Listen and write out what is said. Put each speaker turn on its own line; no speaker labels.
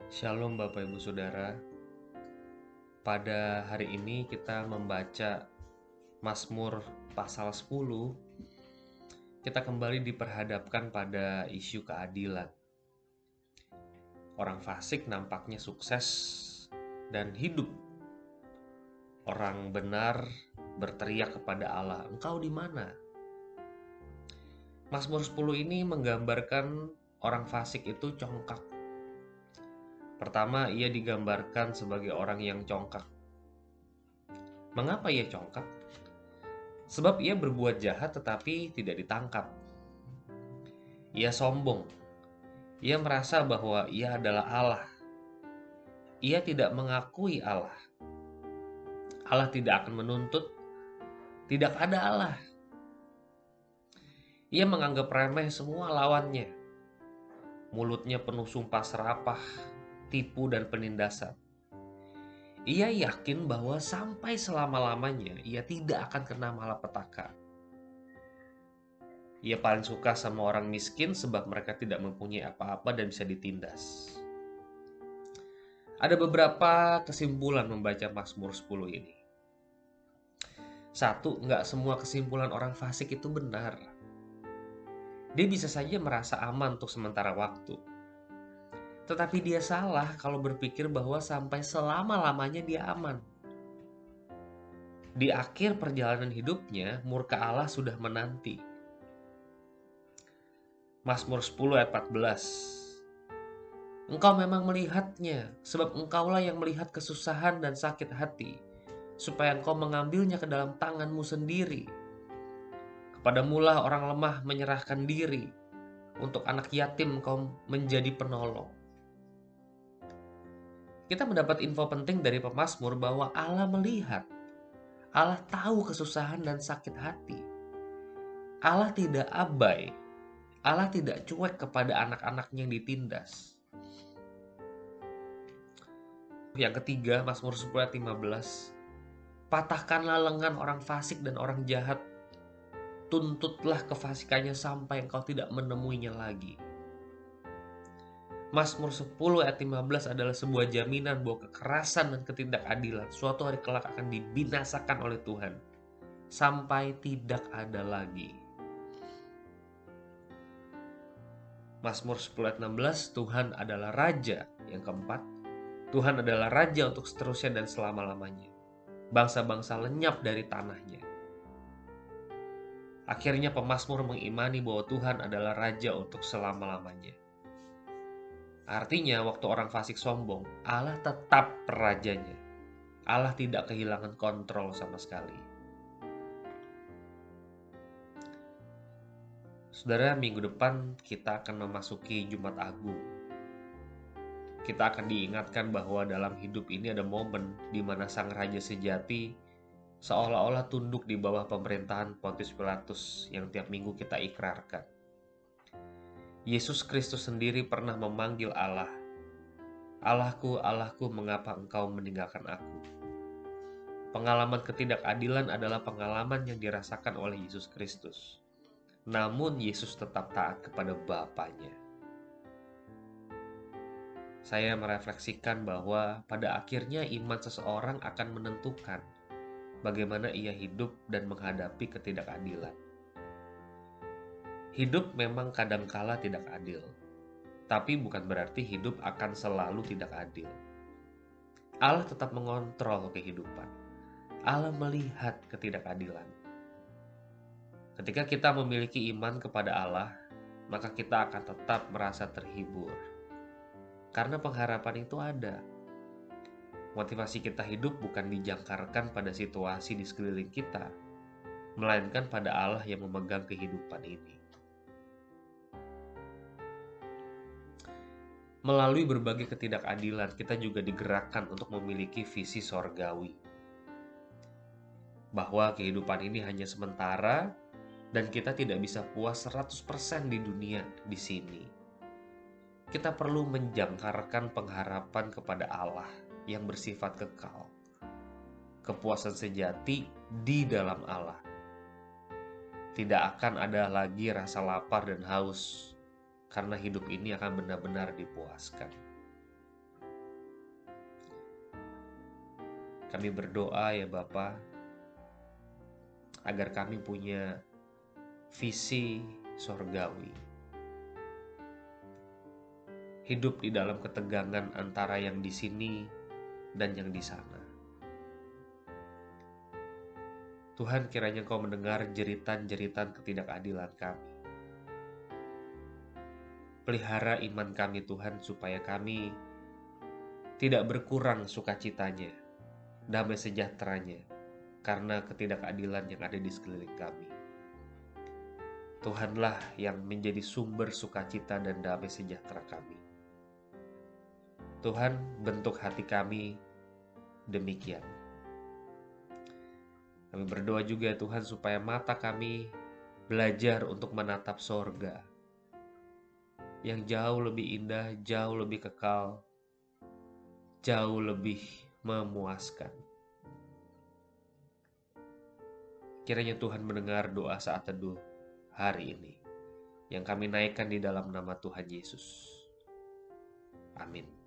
Shalom Bapak Ibu Saudara. Pada hari ini kita membaca Mazmur pasal 10. Kita kembali diperhadapkan pada isu keadilan. Orang fasik nampaknya sukses dan hidup. Orang benar berteriak kepada Allah, "Engkau di mana?" Mazmur 10 ini menggambarkan orang fasik itu congkak. Pertama, ia digambarkan sebagai orang yang congkak. Mengapa ia congkak? Sebab ia berbuat jahat tetapi tidak ditangkap. Ia sombong. Ia merasa bahwa ia adalah Allah. Ia tidak mengakui Allah. Allah tidak akan menuntut. Tidak ada Allah. Ia menganggap remeh semua lawannya. Mulutnya penuh sumpah serapah, tipu dan penindasan. Ia yakin bahwa sampai selama-lamanya ia tidak akan kena malapetaka. Ia paling suka sama orang miskin sebab mereka tidak mempunyai apa-apa dan bisa ditindas. Ada beberapa kesimpulan membaca Mazmur 10 ini. Satu, nggak semua kesimpulan orang fasik itu benar. Dia bisa saja merasa aman untuk sementara waktu. Tetapi dia salah kalau berpikir bahwa sampai selama-lamanya dia aman. Di akhir perjalanan hidupnya, murka Allah sudah menanti. Mazmur 10 ayat 14. Engkau memang melihatnya, sebab engkaulah yang melihat kesusahan dan sakit hati, supaya engkau mengambilnya ke dalam tanganmu sendiri. Kepadamulah orang lemah menyerahkan diri, untuk anak yatim engkau menjadi penolong. Kita mendapat info penting dari pemazmur bahwa Allah melihat, Allah tahu kesusahan dan sakit hati. Allah tidak abai, Allah tidak cuek kepada anak-anaknya yang ditindas. Yang ketiga, Mazmur 10 ayat 15. Patahkanlah lengan orang fasik dan orang jahat, tuntutlah kefasikannya sampai engkau tidak menemuinya lagi. Mazmur 10 ayat 15 adalah sebuah jaminan bahwa kekerasan dan ketidakadilan suatu hari kelak akan dibinasakan oleh Tuhan sampai tidak ada lagi. Mazmur 10 ayat 16, Tuhan adalah Raja. Yang keempat, Tuhan adalah Raja untuk seterusnya dan selama-lamanya. Bangsa-bangsa lenyap dari tanahnya. Akhirnya pemazmur mengimani bahwa Tuhan adalah Raja untuk selama-lamanya. Artinya waktu orang fasik sombong, Allah tetap rajanya. Allah tidak kehilangan kontrol sama sekali. Saudara, minggu depan kita akan memasuki Jumat Agung. Kita akan diingatkan bahwa dalam hidup ini ada momen di mana Sang Raja sejati seolah-olah tunduk di bawah pemerintahan Pontius Pilatus yang tiap minggu kita ikrarkan. Yesus Kristus sendiri pernah memanggil Allah, "Allahku, Allahku, mengapa engkau meninggalkan aku?" Pengalaman ketidakadilan adalah pengalaman yang dirasakan oleh Yesus Kristus. Namun Yesus tetap taat kepada Bapanya. Saya merefleksikan bahwa pada akhirnya iman seseorang akan menentukan bagaimana ia hidup dan menghadapi ketidakadilan. Hidup memang kadangkala tidak adil, tapi bukan berarti hidup akan selalu tidak adil. Allah tetap mengontrol kehidupan. Allah melihat ketidakadilan. Ketika kita memiliki iman kepada Allah, maka kita akan tetap merasa terhibur. Karena pengharapan itu ada. Motivasi kita hidup bukan dijangkarkan pada situasi di sekeliling kita, melainkan pada Allah yang memegang kehidupan ini. Melalui berbagai ketidakadilan, kita juga digerakkan untuk memiliki visi sorgawi. Bahwa kehidupan ini hanya sementara, dan kita tidak bisa puas 100% di dunia di sini. Kita perlu menjangkarkan pengharapan kepada Allah yang bersifat kekal. Kepuasan sejati di dalam Allah. Tidak akan ada lagi rasa lapar dan haus, karena hidup ini akan benar-benar dipuaskan. Kami berdoa ya Bapa, agar kami punya visi sorgawi. Hidup di dalam ketegangan antara yang di sini dan yang di sana. Tuhan, kiranya Engkau mendengar jeritan-jeritan ketidakadilan kami. Pelihara iman kami Tuhan, supaya kami tidak berkurang sukacitanya, damai sejahteranya, karena ketidakadilan yang ada di sekeliling kami. Tuhanlah yang menjadi sumber sukacita dan damai sejahtera kami. Tuhan, bentuk hati kami demikian. Kami berdoa juga Tuhan, supaya mata kami belajar untuk menatap sorga yang jauh lebih indah, jauh lebih kekal, jauh lebih memuaskan. Kiranya Tuhan mendengar doa saat teduh hari ini yang kami naikkan di dalam nama Tuhan Yesus. Amin.